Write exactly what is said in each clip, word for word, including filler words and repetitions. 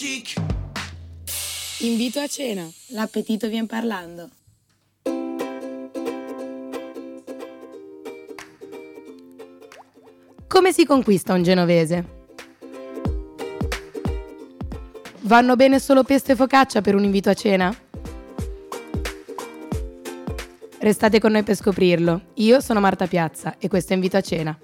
Invito a cena, l'appetito vien parlando. Come si conquista un genovese? Vanno bene solo pesto e focaccia per un invito a cena? Restate con noi per scoprirlo. Io sono Marta Piazza e questo è Invito a cena.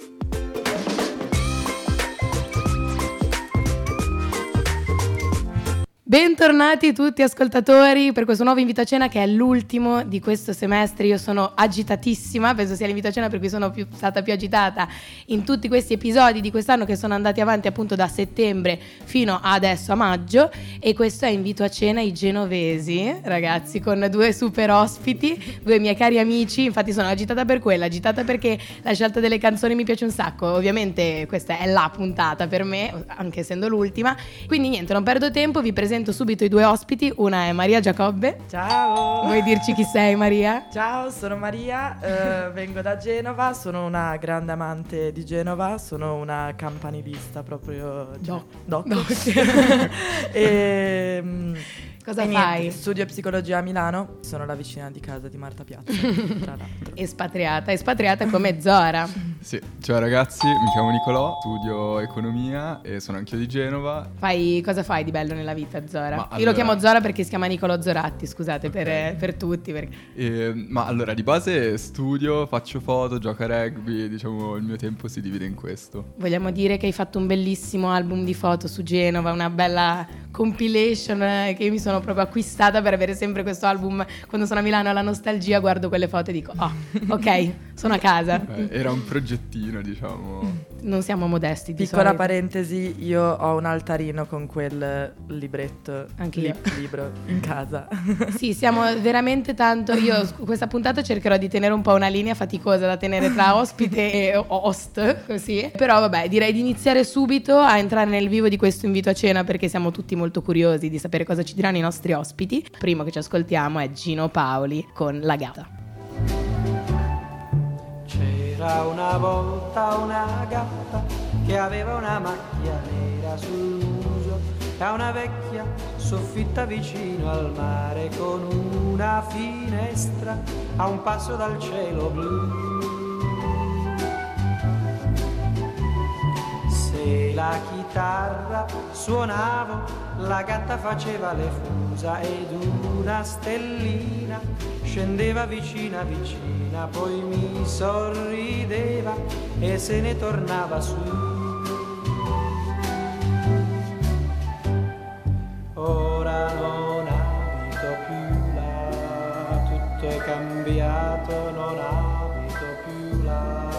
Bentornati tutti ascoltatori per questo nuovo invito a cena che è l'ultimo di questo semestre. Io sono agitatissima, penso sia l'invito a cena per cui sono più, stata più agitata in tutti questi episodi di quest'anno che sono andati avanti appunto da settembre fino adesso a maggio, e questo è Invito a cena i genovesi, ragazzi, con due super ospiti, due miei cari amici. Infatti sono agitata per quella, agitata perché la scelta delle canzoni mi piace un sacco, ovviamente questa è la puntata per me, anche essendo l'ultima, quindi niente, non perdo tempo, vi presento subito i due ospiti. Una è Maria Giacobbe. Ciao. Vuoi dirci chi sei, Maria? Ciao, sono Maria, eh, vengo da Genova, sono una grande amante di Genova, sono una campanilista proprio. Doc. Doc. Doc. e, mm, Cosa e fai? Niente, studio psicologia a Milano, sono la vicina di casa di Marta Piazza, tra l'altro. Espatriata, espatriata come Zora. Sì, ciao ragazzi, mi chiamo Nicolò, studio economia e sono anch'io di Genova. Fai, cosa fai di bello nella vita, Zora? Ma Io allora- lo chiamo Zora perché si chiama Nicolò Zoratti, scusate, per, Ok. per tutti. Perché... E, ma allora, di base studio, faccio foto, gioco a rugby, diciamo il mio tempo si divide in questo. Vogliamo dire che hai fatto un bellissimo album di foto su Genova, una bella compilation eh, che io mi sono proprio acquistata per avere sempre questo album. Quando sono a Milano alla nostalgia guardo quelle foto e dico, oh, ok, sono a casa. Eh, era un progettino, diciamo. Non siamo modesti di Piccola solito. parentesi, io ho un altarino con quel libretto, Anche io. li- libro in casa. Sì, siamo veramente tanto. Io su questa puntata cercherò di tenere un po' una linea faticosa da tenere tra ospite e host, così. Però vabbè, direi di iniziare subito a entrare nel vivo di questo invito a cena, perché siamo tutti molto curiosi di sapere cosa ci diranno i nostri ospiti. Il primo che ci ascoltiamo è Gino Paoli con La gatta. C'era una volta una gatta che aveva una macchia nera sul muso e una vecchia soffitta vicino al mare con una finestra a un passo dal cielo blu. Se la chitarra suonavo, la gatta faceva le fusa ed una stellina scendeva vicina vicina, poi mi sorrideva e se ne tornava su. Ora non abito più là, tutto è cambiato, non abito più là.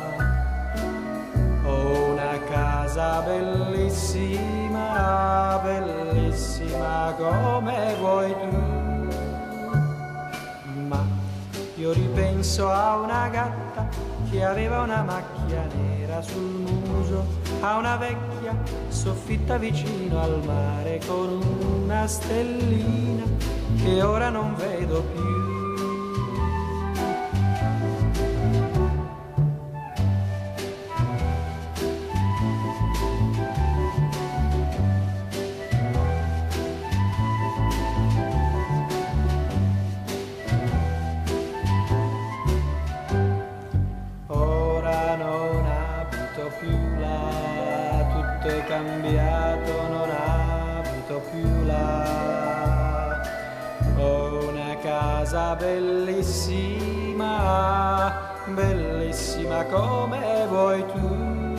Ho una casa bellissima, bellissima come vuoi tu. Ma io ripenso a una gatta che aveva una macchia nera sul muso, a una vecchia soffitta vicino al mare con una stellina che ora non vedo più. Ora non abito più là, tutto è cambiato, non abito più là. Ho una casa bellissima, bellissima come vuoi tu.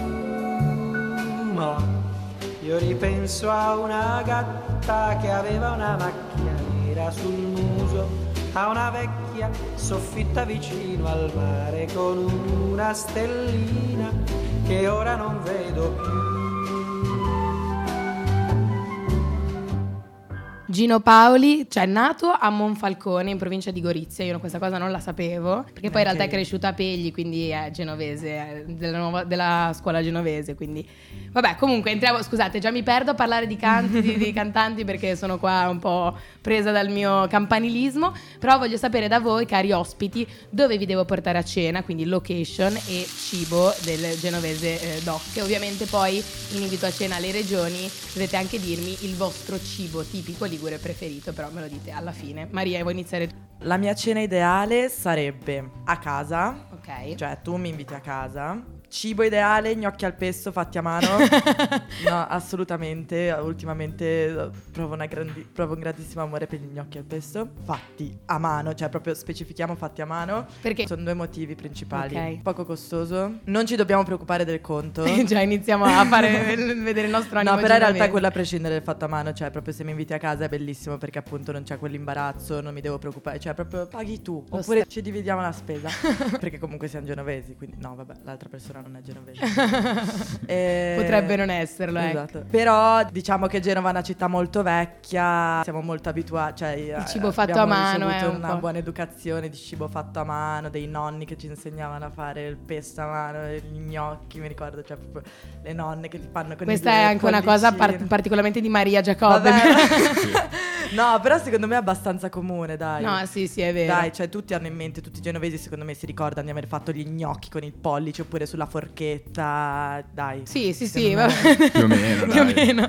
Ma io ripenso a una gatta che aveva una macchia nera sul muso, a una vecchia soffitta vicino al mare con una stellina che ora non vedo più. Gino Paoli, cioè nato a Monfalcone in provincia di Gorizia. Io questa cosa non la sapevo, perché poi in realtà è cresciuto a Pegli, quindi è genovese, è della, nuova, della scuola genovese, quindi vabbè, comunque entriamo, scusate, già mi perdo a parlare di canti, di, di cantanti, perché sono qua un po' presa dal mio campanilismo, però voglio sapere da voi, cari ospiti, dove vi devo portare a cena, quindi location e cibo del genovese eh, doc. E ovviamente poi in invito a cena alle regioni dovete anche dirmi il vostro cibo tipico ligure preferito, però me lo dite alla fine. Maria, vuoi iniziare tu? La mia cena ideale sarebbe a casa, Ok. cioè tu mi inviti a casa. Cibo ideale, gnocchi al pesto fatti a mano. No, assolutamente. Ultimamente provo, una grandi- provo un grandissimo amore per gli gnocchi al pesto fatti a mano, cioè proprio specifichiamo fatti a mano. Perché? Sono due motivi principali. Ok. Poco costoso, non ci dobbiamo preoccupare del conto. Già iniziamo a fare vedere il nostro animo No, però in realtà genovese. quello a prescindere dal fatto a mano, cioè proprio se mi inviti a casa è bellissimo perché appunto non c'è quell'imbarazzo, non mi devo preoccupare, cioè proprio paghi tu, Lo oppure sta- ci dividiamo la spesa, perché comunque siamo genovesi, quindi no vabbè, l'altra persona non è genovese. E- Potrebbe non esserlo, ecco. Esatto. Però diciamo che Genova è una città molto vecchia, siamo molto abituati, cioè il cibo fatto a mano è un una po'. buona educazione di cibo fatto a mano, dei nonni che ci insegnavano a fare il pesto a mano, gli gnocchi, mi ricordo, cioè proprio le nonne che ti fanno con Questa i è due anche una cosa par- pollicini. particolarmente di Maria Giacobbe. Vabbè. No, però secondo me è abbastanza comune, dai. No, sì, sì, è vero. Dai, cioè tutti hanno in mente, tutti i genovesi secondo me si ricordano di aver fatto gli gnocchi con il pollice oppure sulla forchetta, dai. Sì, sì, sì, Secondo me- vabbè. Più o meno, Più o dai. meno.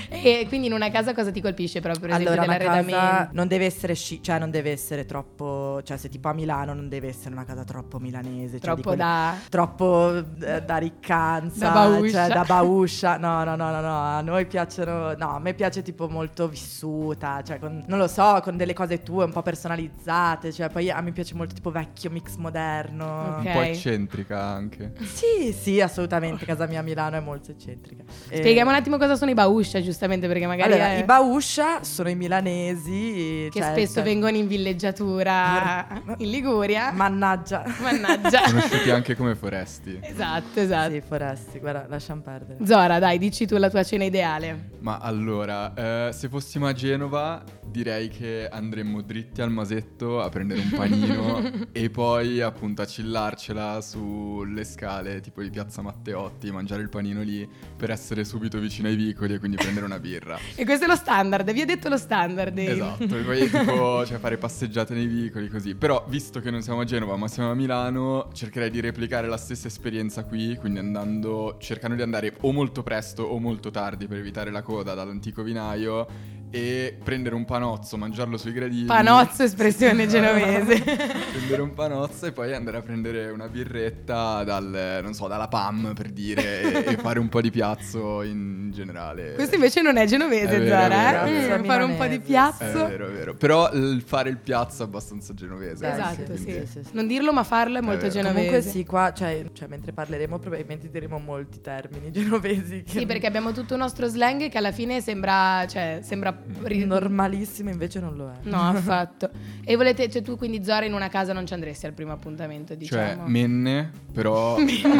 E quindi in una casa cosa ti colpisce proprio, per esempio, Allora, una casa dell'arredamento? non deve essere sci- cioè non deve essere troppo, cioè se tipo a Milano non deve essere una casa troppo milanese, cioè di Troppo quelle- da... troppo eh, da riccanza, Da bauscia. cioè da bauscia. No, no, no, no, no, a noi piacciono, no, a me piace tipo molto vissuta, cioè con, non lo so, con delle cose tue un po' personalizzate, cioè poi a me piace molto tipo vecchio mix moderno. Ok. Un po' eccentrica anche. Sì, sì, assolutamente, casa mia a Milano è molto eccentrica. E- Spieghiamo un attimo cosa sono i bauscia, giustamente, perché magari Allora, è- i bauscia sono i milanesi che cioè, spesso cioè, vengono in villeggiatura in Liguria. Mannaggia. Mannaggia. Conosciuti anche come foresti. Esatto, esatto. Sì, foresti, guarda, lasciamo perdere. Zora, dai, dici tu la tua cena ideale. Ma allora, eh, se fossimo a Genova, direi che andremmo dritti al Masetto a prendere un panino e poi appunto a chillarcela sulle scale tipo di Piazza Matteotti, mangiare il panino lì per essere subito vicino ai vicoli e quindi prendere una birra. E questo è lo standard, vi ho detto lo standard. Esatto, e poi tipo cioè, fare passeggiate nei vicoli così. Però visto che non siamo a Genova ma siamo a Milano, cercherei di replicare la stessa esperienza qui, quindi andando, cercando di andare o molto presto o molto tardi per evitare la coda dall'antico vinaio e prendere un panozzo, mangiarlo sui gradini. Panozzo, espressione genovese. Prendere un panozzo e poi andare a prendere una birretta dal, non so, dalla P A M per dire e, e fare un po' di piazzo in generale. Questo invece non è genovese, È vero, Zara, è eh? vero, Mm, è fare un po' di milanese. È piazzo. vero, è vero. Però il fare il piazzo è abbastanza genovese. Dai, Esatto, sì, sì. sì, sì, sì. Non dirlo ma farlo è molto vero. genovese. Comunque sì, qua, cioè, cioè mentre parleremo probabilmente diremo molti termini genovesi che Sì, perché abbiamo tutto un nostro slang che alla fine sembra, cioè, sembra ri- normalissimo, invece non lo è. No, affatto. E volete, cioè tu quindi Zora in una casa non ci andresti al primo appuntamento, Cioè, diciamo. menne, però...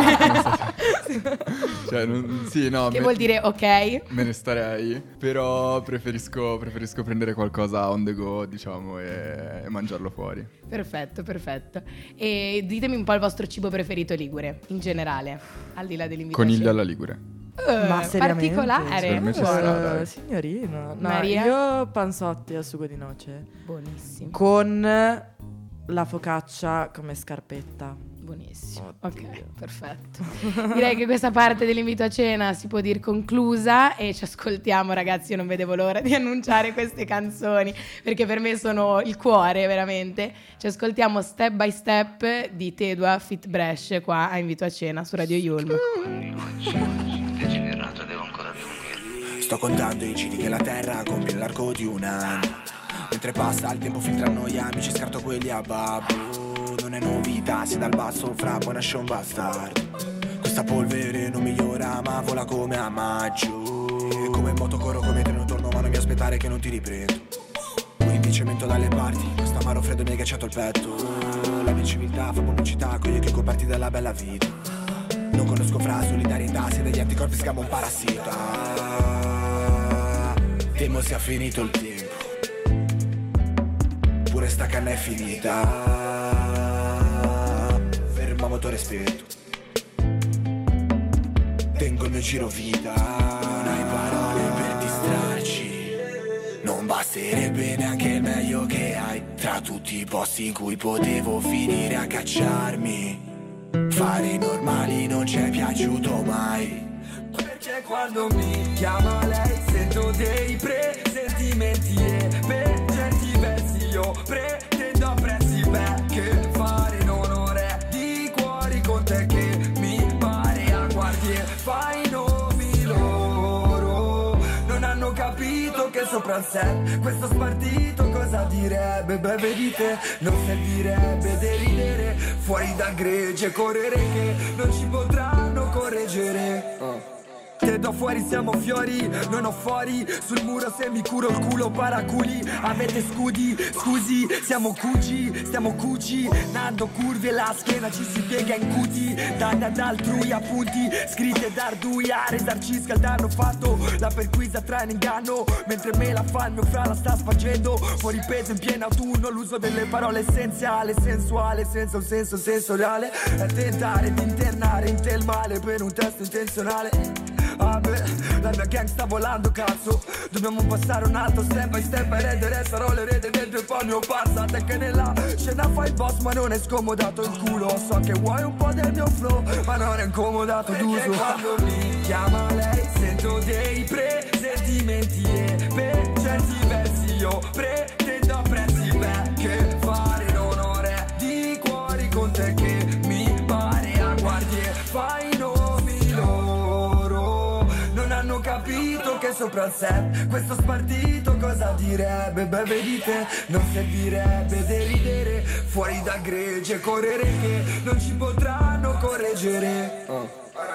cioè, non, sì, no. Che me- vuol dire ok? Me ne starei, però preferisco, preferisco prendere qualcosa on the go, diciamo, e, e mangiarlo fuori. Perfetto, perfetto. E ditemi un po' il vostro cibo preferito ligure, in generale, al di là dell'invitazione. Coniglia alla Ligure. Eh, Ma seriamente? particolare. Per me ci Buono. sta, dai. Eh, signorino. No, Maria? io panzotti al sugo di noce Buonissimo. con la focaccia come scarpetta. Buonissimo. Oddio. Ok, perfetto. Direi che questa parte dell'invito a cena si può dire conclusa e ci ascoltiamo, ragazzi. Io non vedevo l'ora di annunciare queste canzoni perché per me sono il cuore, veramente. Ci ascoltiamo Step by Step di Tedua Fit Brescia qua a Invito a Cena su Radio Yulm. Degenerato, devo ancora piungere. Sto contando i giri che la terra compie nell'arco di un anno. Mentre passa il tempo filtrano gli amici, scarto quelli a babbo. Non è novità, se dal basso fra poi nasce un bastardo. Questa polvere non migliora ma vola come a maggio. E come in moto corro come treno torno ma non mi aspettare che non ti riprendo. Quindi cemento dalle parti, questo amaro freddo mi ha ghiacciato il petto. La mia civiltà fa pubblicità con gli occhi coperti della bella vita. Non conosco fra solidarietà, se degli anticorpi scamo un parassita. Temo sia finito il tempo pure sta canna è finita. Ferma motore spento, tengo il mio giro vita. Non hai parole per distrarci, non basterebbe neanche il meglio che hai. Tra tutti i posti in cui potevo finire a cacciarmi, fare i normali non ci è piaciuto mai. Perché quando mi chiama lei sento dei presentimenti e per certi versi io pretendo apprezzi. Beh, che fare non ho re di cuori con te che mi pare a guardie. Fai i nomi loro, non hanno capito che sopra il set questo spartito cosa direbbe. Beh, vedi te, non servirebbe deridere fuori dal gregge, correre che non ci potranno correggere. Oh. Te da fuori siamo fiori, non ho fuori. Sul muro se mi curo il culo paraculi. Avete scudi, scusi, siamo cugi, stiamo cuci. Nando curve e la schiena ci si piega in cuti. Da da da altrui appunti, scritte da arduia. Resarcisca il danno fatto, la perquisa tra in inganno. Mentre me la fa il mio fra la sta spargendo. Fuori peso in pieno autunno, l'uso delle parole essenziale, sensuale, senza un senso sensoriale. È tentare di internare in te il male per un testo intenzionale. Ah beh, la mia gang sta volando cazzo. Dobbiamo passare un altro step by step e rendere sarò l'erede del demonio passate. Che nella scena fai il boss ma non è scomodato il culo. So che vuoi un po' del mio flow ma non è incomodato d'uso. Perché quando mi chiama lei sento dei presentimenti e per certi versi io pretendo apprezzi. Beh, che fare non ho re di cuori con te che mi pare a guardie. Fai nomi loro, non hanno capito che sopra il set questo spartito cosa direbbe. Beh, vedi te, non servirebbe deridere fuori dal gregge, correre che non ci potranno correggere. Oh.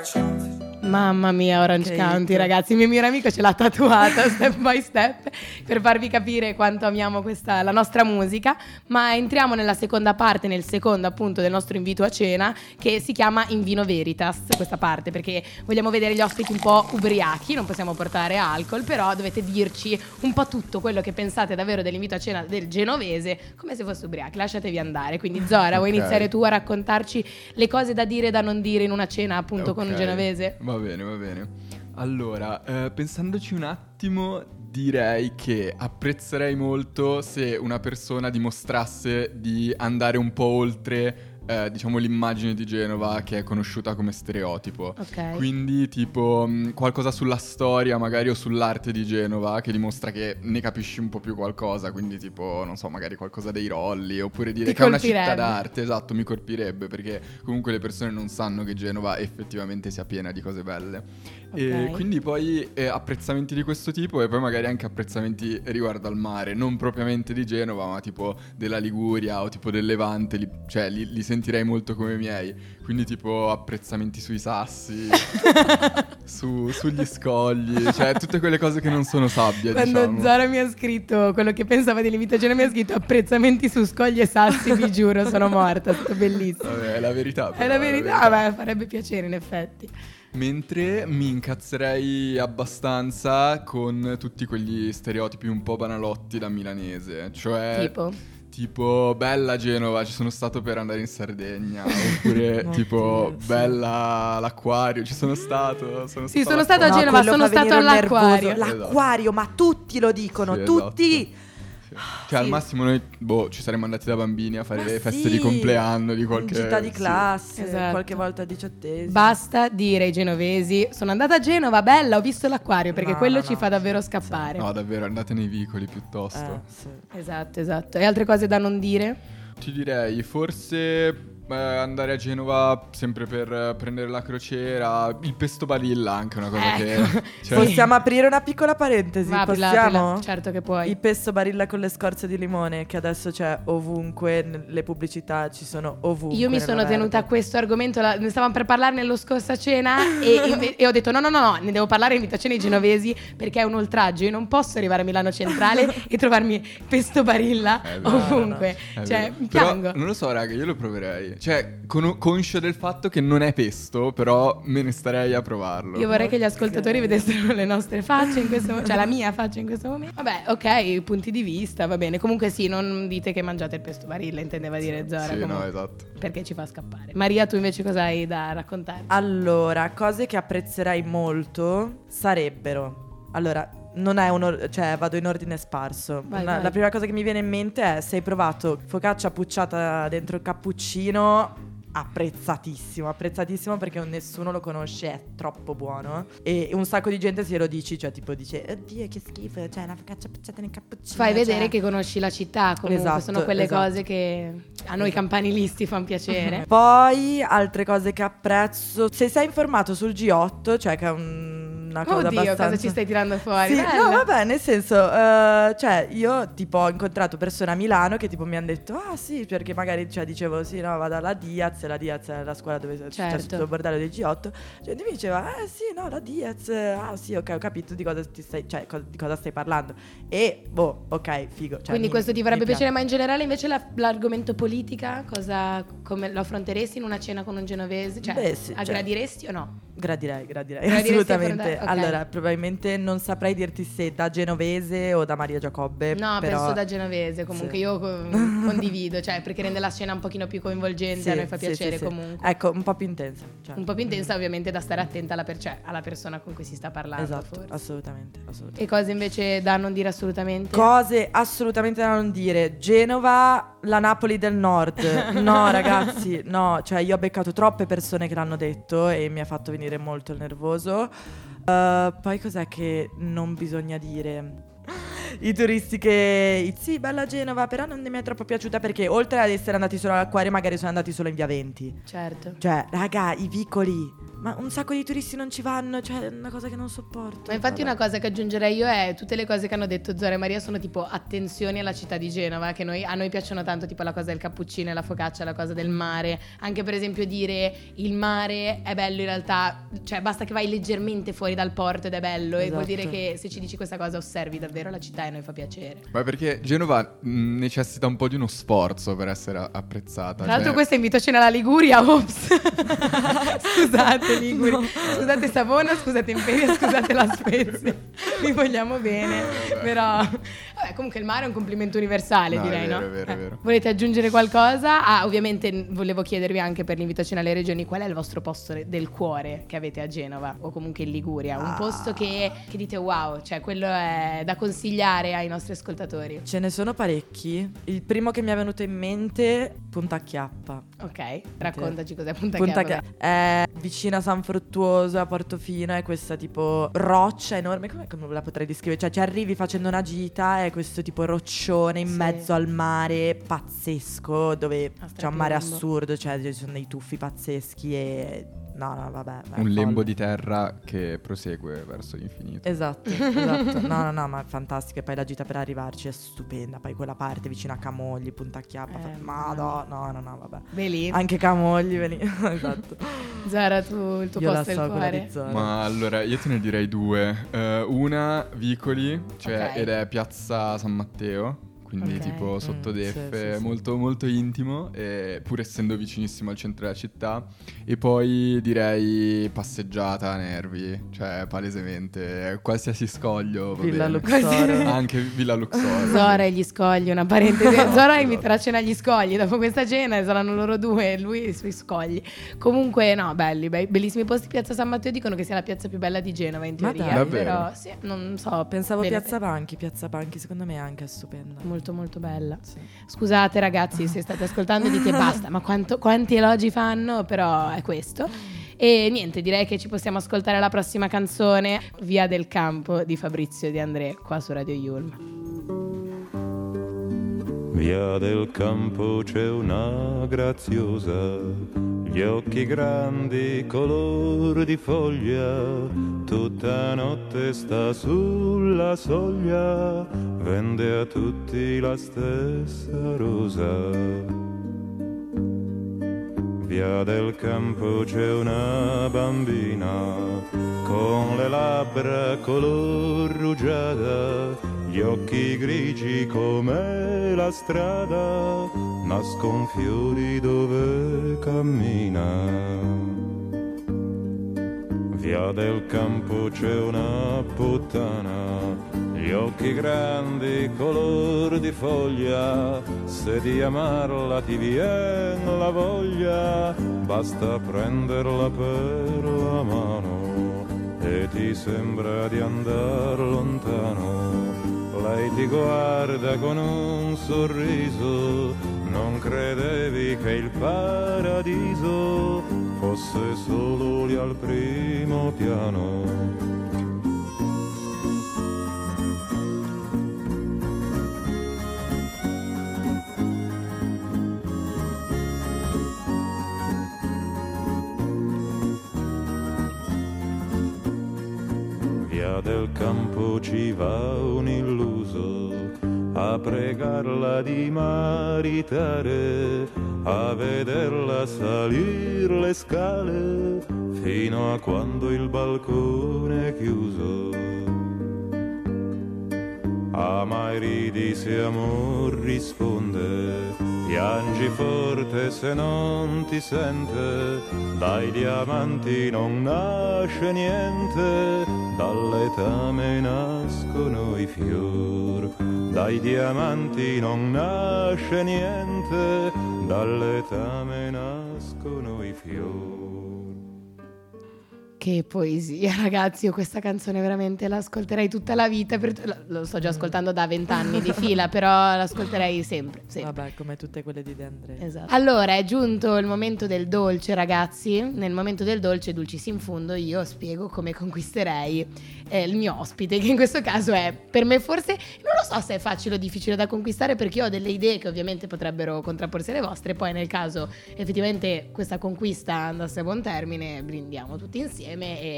Mamma mia, Orange Che County, hit. ragazzi, il mio migliore amico ce l'ha tatuata step by step per farvi capire quanto amiamo questa, la nostra musica. Ma entriamo nella seconda parte, nel secondo appunto del nostro invito a cena, che si chiama In Vino Veritas, questa parte, perché vogliamo vedere gli ospiti un po' ubriachi, non possiamo portare alcol, però dovete dirci un po' tutto quello che pensate davvero dell'invito a cena del genovese, come se fosse ubriachi, lasciatevi andare. Quindi Zora, vuoi Ok. iniziare tu a raccontarci le cose da dire e da non dire in una cena appunto con un Ok, genovese? Va bene, va bene. Allora, eh, pensandoci un attimo, direi che apprezzerei molto se una persona dimostrasse di andare un po' oltre, eh, diciamo, l'immagine di Genova che è conosciuta come stereotipo. Ok. Quindi tipo mh, qualcosa sulla storia magari o sull'arte di Genova che dimostra che ne capisci un po' più qualcosa. Quindi tipo, non so, magari qualcosa dei Rolli, oppure dire Ti che è una città colpirebbe. d'arte. Esatto, mi colpirebbe perché comunque le persone non sanno che Genova effettivamente sia piena di cose belle. E Ok. quindi poi eh, apprezzamenti di questo tipo e poi magari anche apprezzamenti riguardo al mare, non propriamente di Genova ma tipo della Liguria o tipo del Levante, li, cioè li, li sentirei molto come miei, quindi tipo apprezzamenti sui sassi, su, sugli scogli, cioè tutte quelle cose che non sono sabbia, Quando diciamo. Zara mi ha scritto quello che pensava dell'invito a cena, mi ha scritto apprezzamenti su scogli e sassi, vi giuro, sono morta, è stato bellissimo. Vabbè, è la verità. È però, la verità, ma farebbe piacere in effetti. Mentre mi incazzerei abbastanza con tutti quegli stereotipi un po' banalotti da milanese, cioè Tipo? tipo bella Genova, ci sono stato per andare in Sardegna, oppure Oddio, tipo sì. bella l'acquario, ci sono stato, sono Sì, stato sono stato a all'acquario. Genova, quello sono fa stato venire all'acquario. nervoso. L'acquario, ma tutti lo dicono, Sì, tutti. esatto. Cioè al massimo noi boh, ci saremmo andati da bambini a fare Ma le feste sì, di compleanno di qualche in gita di sì. classe, Esatto. qualche volta a diciottesimi. Basta dire ai genovesi, sono andata a Genova, bella, ho visto l'acquario, perché No, quello no, ci no. fa davvero scappare. No, davvero, andate nei vicoli piuttosto. Eh, sì. Esatto, esatto. E altre cose da non dire? Ti direi forse eh, andare a Genova sempre per eh, prendere la crociera, il pesto balilla anche è una cosa Ecco, che cioè, Possiamo aprire una piccola parentesi? Va, aprila, Possiamo? aprila. Certo che puoi. Il pesto barilla con le scorze di limone, che adesso c'è ovunque, nelle pubblicità ci sono ovunque. Io mi nella sono tenuta a verde. questo argomento, la- ne stavamo per parlarne nello scorsa cena e, inve- e ho detto no no no no, ne devo parlare in invitazione ai genovesi perché è un oltraggio, io non posso arrivare a Milano Centrale e trovarmi pesto barilla È vero, ovunque, è cioè vero. mi Però, piango. non lo so raga, io lo proverei. Cioè, con- conscio del fatto che non è pesto, però me ne starei a provarlo. Io vorrei che gli ascoltatori vedessero le nostre facce in questo momento, cioè la mia faccia in questo momento. Vabbè, ok, punti di vista, va bene. Comunque sì, non dite che mangiate il pesto barilla, intendeva dire Zora. Sì, comunque, no, esatto. Perché ci fa scappare. Maria, tu invece cosa hai da raccontare? Allora, cose che apprezzerai molto sarebbero... Allora, non è un... or- cioè, vado in ordine sparso. Vai, Una- vai. La prima cosa che mi viene in mente è se hai provato focaccia pucciata dentro il cappuccino... Apprezzatissimo, apprezzatissimo perché nessuno lo conosce, è troppo buono. E un sacco di gente se lo dici, cioè tipo dice oddio che schifo, cioè una focaccia pucciata nel cappuccino. Fai vedere cioè. che conosci la città, comunque Esatto, sono quelle esatto. cose che a noi campanilisti fanno piacere. Poi altre cose che apprezzo, se sei informato sul G otto, cioè che è un- una cosa Oddio, abbastanza... cosa ci stai tirando fuori? Sì, Bella. no, vabbè, nel senso, eh, cioè, io tipo ho incontrato persone a Milano che tipo mi hanno detto, ah sì, perché magari, cioè, dicevo, sì, no, vado alla Diaz, la Diaz è la scuola dove c'è Certo. tutto il bordello del G otto. Gente mi diceva, eh sì, no, la Diaz, ah sì, ok, ho capito di cosa ti stai, cioè, co- di cosa stai parlando. E, boh, ok, figo. Cioè, Quindi mi- questo ti mi farebbe piace. piacere, ma in generale invece la- l'argomento politica, cosa, come lo affronteresti in una cena con un genovese? Cioè, Beh, sì, cioè- aggradiresti o no? Gradirei, gradirei, Gradiresti assolutamente. affrontare- ok. Allora, probabilmente non saprei dirti se da genovese o da Maria Giacobbe. No, però... penso da genovese, comunque Sì. io co- condivido, cioè perché rende la scena un pochino più coinvolgente, Sì, a noi fa sì, piacere sì, sì. comunque. Ecco, un po' più intensa. Cioè. Un po' più intensa ovviamente da stare attenta alla, per- cioè, alla persona con cui si sta parlando. Esatto, forse. assolutamente, assolutamente. E cose invece da non dire assolutamente? Cose assolutamente da non dire. Genova, la Napoli del Nord. No, ragazzi, no. Cioè, io ho beccato troppe persone che l'hanno detto e mi ha fatto venire molto il nervoso. Uh, poi cos'è che non bisogna dire? I turisti che sì, bella Genova, però non mi è troppo piaciuta perché oltre ad essere andati solo all'acquario magari sono andati solo in via venti. Certo. Cioè, raga, i vicoli, ma un sacco di turisti non ci vanno, cioè è una cosa che non sopporto. Ma infatti Vabbè. una cosa che aggiungerei io è tutte le cose che hanno detto Zora e Maria sono tipo attenzioni alla città di Genova, che noi, a noi piacciono tanto, tipo la cosa del cappuccino e la focaccia, la cosa del mare, anche per esempio dire il mare è bello in realtà, cioè basta che vai leggermente fuori dal porto ed è bello, e vuol Esatto. dire che se ci dici questa cosa osservi davvero la città e a noi fa piacere. Ma perché Genova mh, necessita un po' di uno sforzo per essere a- apprezzata. Tra l'altro cioè- questa è invito a cena alla Liguria, ops. Scusate Liguri, scusate Savona, scusate Imperia, scusate La Spezia. Vi vogliamo bene, però vabbè, comunque il mare è un complimento universale, No, è direi, vero, no? è vero, è Eh, vero. Volete aggiungere qualcosa? Ah, ovviamente n- volevo chiedervi anche per l'invito a cena alle regioni qual è il vostro posto re- del cuore che avete a Genova o comunque in Liguria, un Ah. posto che, che dite wow, cioè quello è da consigliare ai nostri ascoltatori. Ce ne sono parecchi. Il primo che mi è venuto in mente, Punta Chiappa. Ok, raccontaci cos'è Punta, Punta Chiappa. Chiappa è vicino a San Fruttuoso, a Portofino, è questa tipo roccia enorme. Come, come la potrei descrivere? Cioè, ci arrivi facendo una gita, è questo tipo roccione in Sì. mezzo al mare, pazzesco, dove A c'è un mare strapiombo. assurdo, cioè ci sono dei tuffi pazzeschi e... No, no, vabbè. è Un lembo folle. di terra che prosegue verso l'infinito. Esatto, esatto. No, no, no, ma è fantastico. E poi la gita per arrivarci è stupenda. Poi quella parte vicino a Camogli, Punta Chiappa. Eh, fa- ma no, no, no, no, vabbè. Belì. Anche Camogli, veni. Esatto. Zara, tu il tuo Io la posto so del quella cuore? di Zara. Ma allora, io te ne direi due. Eh, una, Vicoli, cioè, Ok. ed è Piazza San Matteo. Quindi Ok. tipo sotto Mm, Deffe, sì, sì, sì. molto molto intimo, e pur essendo vicinissimo al centro della città. E poi direi passeggiata a Nervi, cioè palesemente qualsiasi scoglio va Villa bene. Luxoro. Anche Villa Luxor. Zora e gli scogli, una parentesi. Zora Esatto. inviterà a cena agli scogli. Dopo questa cena saranno loro due e lui sui scogli. Comunque, no, belli, be- bellissimi posti. Piazza San Matteo dicono che sia la piazza più bella di Genova in Ma teoria. dai. Davvero? Però sì, non so. Pensavo bene, Piazza Banchi, Piazza Banchi secondo me è anche stupenda. Molto molto bella. Sì. Scusate ragazzi se state ascoltando dite basta, ma quanto- quanti elogi fanno, però è questo. E niente, direi che ci possiamo ascoltare la prossima canzone, Via del Campo di Fabrizio De André, qua su Radio Yulm. Via del campo c'è una graziosa, gli occhi grandi color di foglia, tutta notte sta sulla soglia, vende a tutti la stessa rosa. via del campo c'è una bambina con le labbra color rugiada, gli occhi grigi come la strada, nascon fiori dove cammina. Via del campo c'è una puttana, gli occhi grandi color di foglia, se di amarla ti vien la voglia, basta prenderla per la mano e ti sembra di andar lontano. Lei ti guarda con un sorriso, non credevi che il paradiso fosse solo lì al primo piano. Via del campo ci va un illuso a pregarla di maritare, a vederla salir le scale fino a quando il balcone è chiuso. Ama e ridi se amor risponde, piangi forte se non ti sente, dai diamanti non nasce niente, dall'etame nascono i fior. Dai diamanti non nasce niente, dall'etame nascono i fior. Che poesia, ragazzi, io questa canzone veramente l'ascolterei tutta la vita, per... lo sto già ascoltando da vent'anni di fila, però l'ascolterei sempre, sempre. Vabbè, come tutte quelle di De André. Esatto. Allora, è giunto il momento del dolce, ragazzi. Nel momento del dolce, dulcis in fundo, io spiego come conquisterei eh, il mio ospite, che in questo caso è, per me forse, non lo so se è facile o difficile da conquistare, perché io ho delle idee che ovviamente potrebbero contrapporsi alle vostre, poi nel caso effettivamente questa conquista andasse a buon termine, brindiamo tutti insieme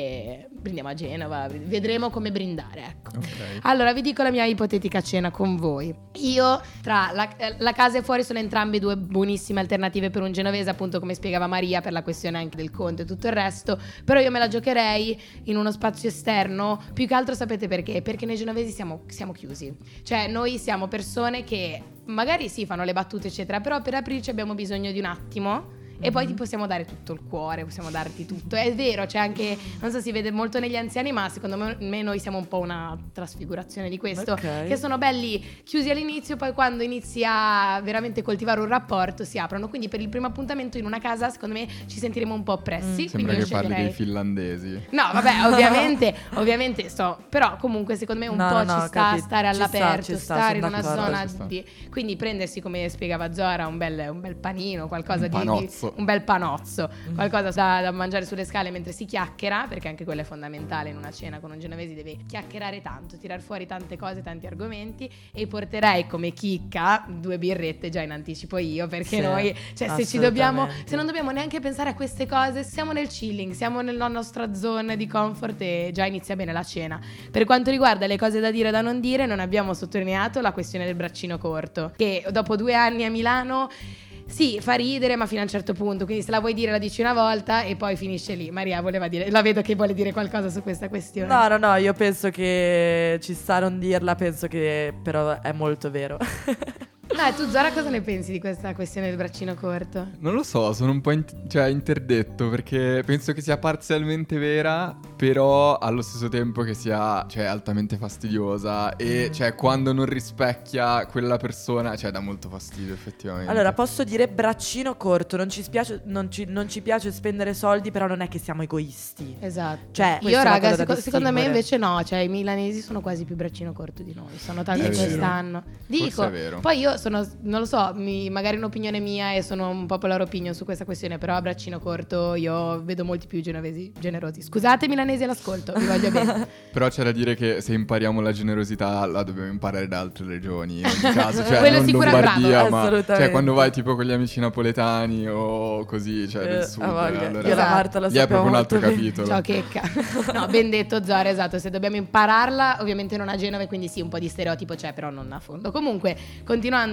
e brindiamo a Genova, vedremo come brindare, ecco. Okay. Allora vi dico la mia ipotetica cena con voi. Io tra la, la casa e fuori sono entrambe due buonissime alternative per un genovese, appunto come spiegava Maria, per la questione anche del conto e tutto il resto, però io me la giocherei in uno spazio esterno, più che altro sapete perché? Perché noi genovesi siamo, siamo chiusi, cioè noi siamo persone che magari sì fanno le battute eccetera, però per aprirci abbiamo bisogno di un attimo. E poi ti possiamo dare tutto il cuore, possiamo darti tutto. È vero, c'è anche, non so, si vede molto negli anziani, ma secondo me noi siamo un po' una trasfigurazione di questo, okay. Che sono belli chiusi all'inizio, poi quando inizi a veramente coltivare un rapporto si aprono. Quindi per il primo appuntamento in una casa, secondo me ci sentiremo un po' oppressi. Mm. Sembra che parli sceglierei... dei finlandesi. No, vabbè, ovviamente, ovviamente sto, però comunque secondo me un no, po' no, ci sta capito. stare Ci all'aperto, sta, ci sta, stare in sono una d'accordo. zona Ci sta. di... Quindi prendersi, come spiegava Zora, un bel, un bel panino, qualcosa Un di, di panozzo. un bel panozzo, qualcosa da, da mangiare sulle scale mentre si chiacchiera, perché anche quello è fondamentale in una cena con un genovese, deve chiacchierare tanto, tirar fuori tante cose, tanti argomenti, e porterei come chicca due birrette già in anticipo io, perché Sì, noi, cioè se ci dobbiamo, assolutamente. se non dobbiamo neanche pensare a queste cose, siamo nel chilling, siamo nella nostra zona di comfort e già inizia bene la cena. Per quanto riguarda le cose da dire e da non dire, non abbiamo sottolineato la questione del braccino corto, che dopo due anni a Milano sì, fa ridere, ma fino a un certo punto, quindi se la vuoi dire la dici una volta e poi finisce lì. Maria voleva dire, la vedo che vuole dire qualcosa su questa questione. No, no, no, io penso che ci sta a non dirla, penso che però è molto vero. Dai, tu Zora cosa ne pensi di questa questione del braccino corto? Non lo so, sono un po' in- cioè, interdetto, perché penso che sia parzialmente vera, però allo stesso tempo che sia, cioè, altamente fastidiosa e Mm. cioè quando non rispecchia quella persona, cioè dà molto fastidio effettivamente. Allora, posso dire braccino corto, non ci spiace, non ci, non ci piace spendere soldi, però non è che siamo egoisti. Esatto. Cioè, questa io è una raga, cosa da seco- secondo me distinguere. invece no, cioè i milanesi sono quasi più braccino corto di noi, sono tanti Dici? quest'anno. Dico, Forse è vero. poi io sono, non lo so, mi- magari un'opinione mia e sono un popular opinion su questa questione, però a braccino corto io vedo molti più genovesi generosi. Scusate milanesi all'ascolto, vi voglio bene. Però c'è da dire che se impariamo la generosità la dobbiamo imparare da altre regioni in ogni caso, cioè Quello non sicuramente, Lombardia, ma assolutamente. cioè quando vai tipo con gli amici napoletani o così, cioè del Eh, sud, ah, voglia. allora Io e la Esatto. Marta la lì è sappiamo proprio un altro molto bene. capitolo. Ciao Checca. No, ben detto Zora, esatto, se dobbiamo impararla, ovviamente non a Genova, quindi sì, un po' di stereotipo c'è, però non a fondo. Comunque, continuando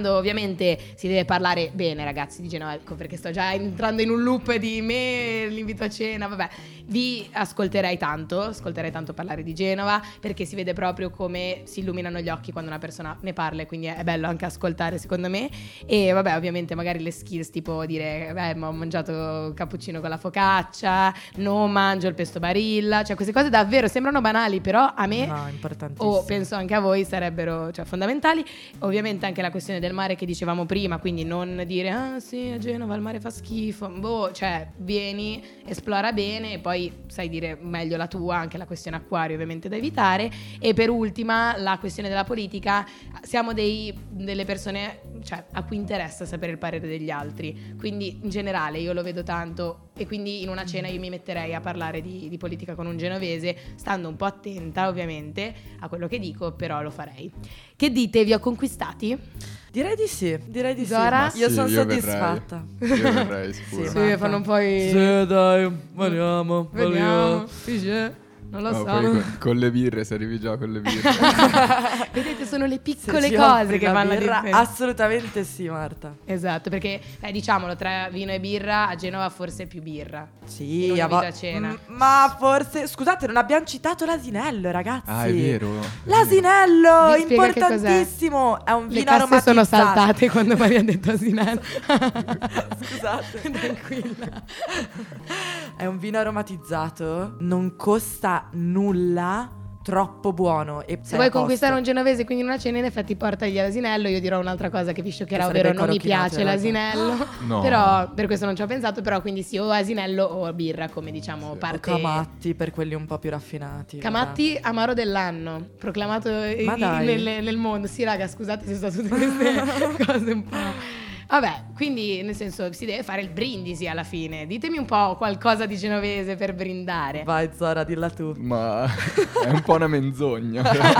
quando ovviamente si deve parlare bene, ragazzi, di Genova, ecco perché sto già entrando in un loop di me, l'invito a cena, vabbè, vi ascolterei tanto, ascolterei tanto parlare di Genova, perché si vede proprio come si illuminano gli occhi quando una persona ne parla, e quindi è bello anche ascoltare, secondo me. E vabbè, ovviamente magari le skills, tipo dire beh, ma ho mangiato cappuccino con la focaccia, non mangio il pesto Barilla, cioè queste cose davvero sembrano banali, però a me No, importantissimo. o penso anche a voi sarebbero, cioè, fondamentali. Ovviamente anche la questione del mare che dicevamo prima, quindi non dire ah sì, a Genova il mare fa schifo, boh, cioè vieni, esplora bene e poi sai dire meglio la tua, anche la questione acquario ovviamente da evitare. E per ultima la questione della politica, siamo dei, delle persone, cioè, a cui interessa sapere il parere degli altri, quindi in generale io lo vedo tanto, e quindi in una cena io mi metterei a parlare di, di politica con un genovese, stando un po' attenta ovviamente a quello che dico, però lo farei. Che dite, vi ho conquistati? Direi di sì, direi di Zora? sì. Io Sì, sono io verrei. soddisfatta. Io verrei sicuro. Sì, Sì, Marta. fanno un po' i... Sì, dai, vediamo, Vediamo, sì, sì. Non lo No, so. poi con, con le birre, se arrivi già con le birre. Vedete, sono le Se piccole ci cose offri che la fanno la birra, differenza. assolutamente sì, Marta. Esatto, perché eh, diciamolo, tra vino e birra a Genova forse più birra. Sì, In a vo- un'invito a cena. Mm, ma forse, scusate, non abbiamo citato l'asinello, ragazzi. Ah, è vero. L'asinello, Vi spiega che cos'è? importantissimo. È un Le vino casse aromatizzato. sono saltate quando mi abbiamo detto asinello. Scusate. Tranquilla. È un vino aromatizzato, non costa nulla, troppo buono. E Se vuoi conquistare un genovese quindi in una cena, in effetti portagli l'asinello. Io dirò un'altra cosa che vi scioccherà, Che ovvero sarebbe non mi corochinato, piace in realtà. l'asinello. No. Però per questo non ci ho pensato. Però quindi sì, o asinello o birra, come diciamo Sì. parte. Camatti per quelli un po' più raffinati. Camatti amaro dell'anno, proclamato i- Ma i- dai. nel, nel mondo. Sì, raga, scusate se sto tutte queste cose un po'. Vabbè, quindi nel senso si deve fare il brindisi alla fine. Ditemi un po' qualcosa di genovese per brindare. Vai Zora, dilla tu. Ma è un po' una menzogna.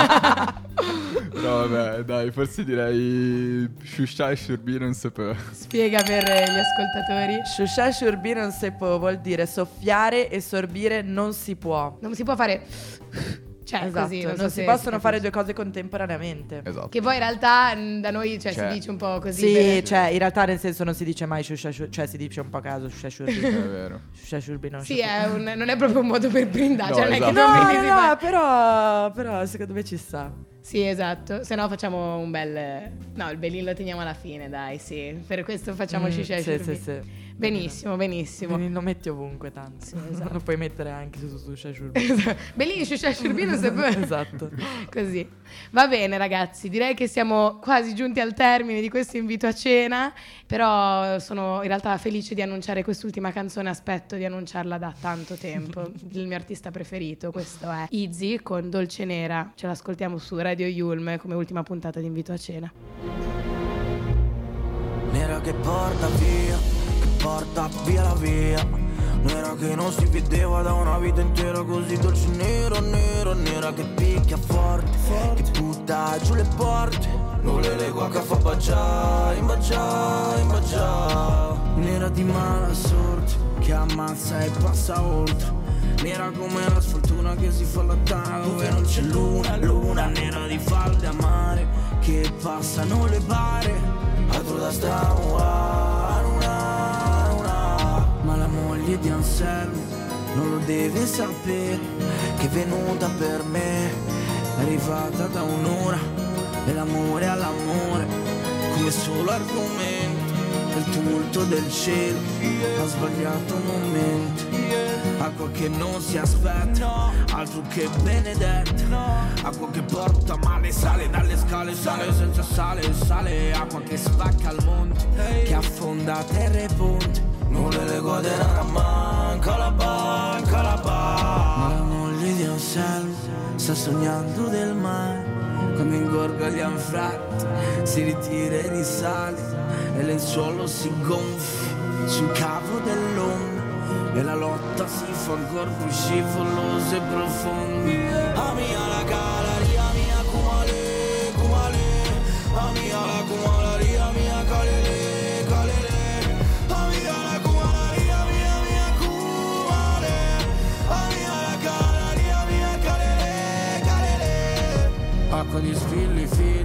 Però vabbè, dai, forse direi Shusha e Shurbi non se può. Spiega per gli ascoltatori. Shusha shurbi non si può, vuol dire soffiare e sorbire non si può. Non si può fare cioè Esatto, così, non, non, so si se possono si fare capisce. due cose contemporaneamente. Esatto. Che poi in realtà mh, da noi cioè, Cioè, si dice un po' così. Sì, per- cioè in realtà nel senso non si dice mai shusha shur- cioè si dice un po' a caso shusha shurbi. È vero. Shusha shurbi non Sì, si può. è un- non è proprio un modo per brindare. No, cioè, non è che esatto. non No, brindisi no, mai. no, però, però secondo me ci sta. Sì, esatto. Se no facciamo un bel... No, il belin lo teniamo alla fine, dai, sì. Per questo facciamo Mm, sciscia e sì, shurbi. sì, sì. Benissimo, benissimo. Lo metti ovunque tanto. Sì, esatto. Lo puoi mettere anche su shusha shurbi. Belin, sciscia e shurbi non si può. Esatto. Così. Va bene, ragazzi, direi che siamo quasi giunti al termine di questo invito a cena, però sono in realtà felice di annunciare quest'ultima canzone, aspetto di annunciarla da tanto tempo. Il mio artista preferito, questo è Izzy con Dolce Nera. Ce l'ascoltiamo su Radio Yulm come ultima puntata di invito a cena. Nera che porta via, che porta via la via. Nera che non si vedeva da una vita intera così dolce. Nero, nero, nera che picchia forte, che butta giù le porte. Non le legua che fa baciare, imbaciare, imbaciare. Nera di mala sorte, che ammazza e passa oltre. Nera come la sfortuna che si fa la tana dove non c'è luna, luna. Nera di falde a mare, che passano le bare. Altro da strada, una, una. Ma la moglie di Anselmo non lo deve sapere, che è venuta per me, è arrivata da un'ora, e l'amore all'amore, come solo argomento, del tumulto del cielo, ha sbagliato un momento, acqua che non si aspetta, altro che benedetta, acqua che porta male, sale dalle scale, sale senza sale, sale, acqua che spacca il monte, che affonda terra e ponte, non le legua della manca la banca, la banca. Ma la moglie di Anselmo sta sognando del mare, quando ingorga gli anfratti, si ritira e risale, e il lenzuolo si gonfia sul cavo dell'onda, e la lotta si fa ancora più scivolosa e profonda. A mia la calaria, mia cumale, cumale. A mia la cumalaria, mia calele, calele. A mia la cumalaria, mia, mia cumale. A mia la calaria, mia calele, calele. Acqua di spilli fitti,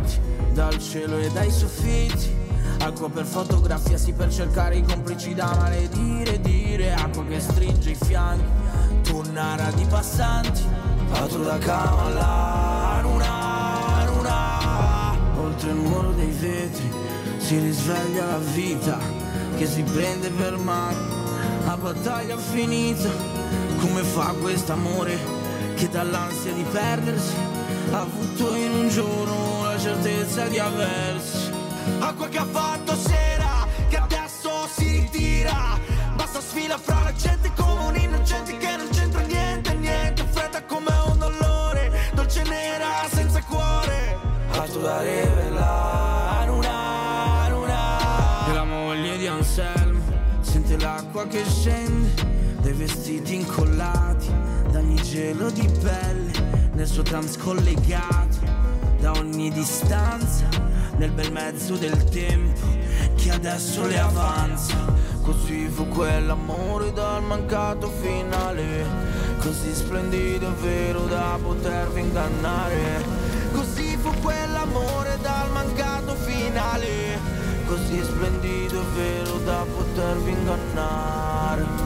dal cielo e dai soffitti. Acqua per fotografia, sì, per cercare i complici da maledire, dire. Acqua che stringe i fianchi, tunnara di passanti. Auto da cama alla luna, luna. Oltre il muro dei vetri si risveglia la vita che si prende per mano. La battaglia finita, come fa quest'amore che dall'ansia di perdersi ha avuto in un giorno la certezza di aversi. Acqua che ha fatto sera, che adesso si ritira. Basta sfila fra la gente come un innocente che non c'entra niente, niente. Fredda come un dolore, dolce nera senza cuore. Alto da rivelare una luna. E la moglie di Anselmo sente l'acqua che scende dai vestiti incollati, da ogni gelo di pelle nel suo tram scollegato, da ogni distanza nel bel mezzo del tempo che adesso le avanza. Così fu quell'amore dal mancato finale, così splendido e vero da potervi ingannare. Così fu quell'amore dal mancato finale, così splendido e vero da potervi ingannare.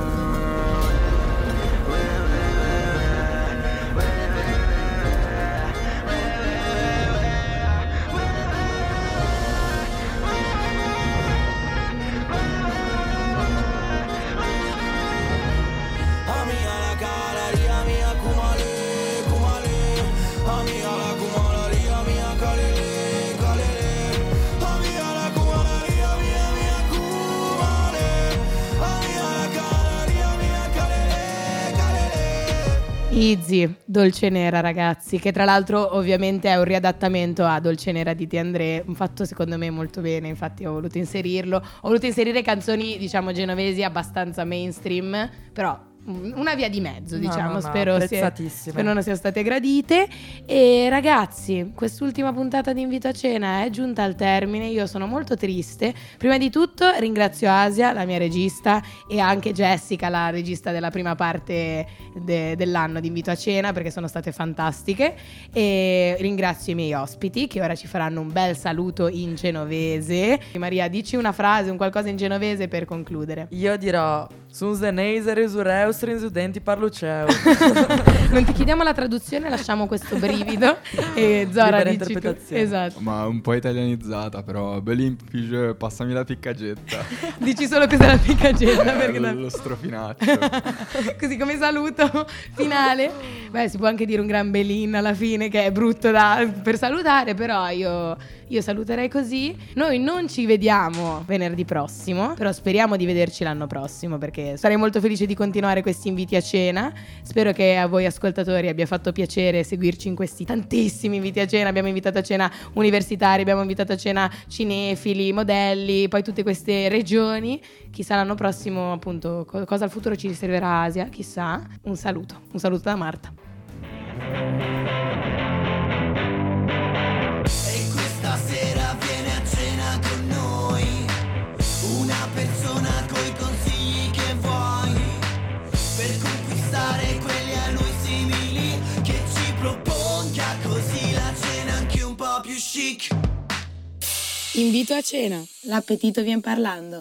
Easy, Dolce Nera, ragazzi, che tra l'altro ovviamente è un riadattamento a Dolce Nera di De André, un fatto secondo me molto bene, infatti ho voluto inserirlo, ho voluto inserire canzoni diciamo genovesi abbastanza mainstream, però una via di mezzo, diciamo, no, no, spero, sia, spero non siano state gradite. E ragazzi, quest'ultima puntata di Invito a Cena è giunta al termine, io sono molto triste. Prima di tutto ringrazio Asia, la mia regista, e anche Jessica, la regista della prima parte de- dell'anno di Invito a Cena, perché sono state fantastiche. E ringrazio i miei ospiti che ora ci faranno un bel saluto in genovese. Maria, dici una frase, un qualcosa in genovese per concludere. Io dirò Sunzenese resurreustrin su denti parluceo. Non ti chiediamo la traduzione, lasciamo questo brivido e Zora Libera dici tu. interpretazione. Esatto. Ma un po' italianizzata, però Belin Pige, passami la piccagetta. Dici solo cos'è la piccagetta, perché lo, da- lo strofinaccio. Così come saluto finale. Beh, si può anche dire un gran Belin alla fine, che è brutto da, per salutare, però io, io saluterei così. Noi non ci vediamo venerdì prossimo, però speriamo di vederci l'anno prossimo, perché sarei molto felice di continuare questi inviti a cena. Spero che a voi ascoltatori abbia fatto piacere seguirci in questi tantissimi inviti a cena. Abbiamo invitato a cena universitari, abbiamo invitato a cena cinefili, modelli, poi tutte queste regioni. Chissà l'anno prossimo appunto co- cosa il futuro ci riserverà. Asia, chissà. Un saluto, un saluto da Marta. E questa sera viene a cena con noi una persona coi consigli che vuoi per conquistare quelli a lui simili, che ci proponga così la cena anche un po' più chic. Invito a cena, l'appetito vien parlando.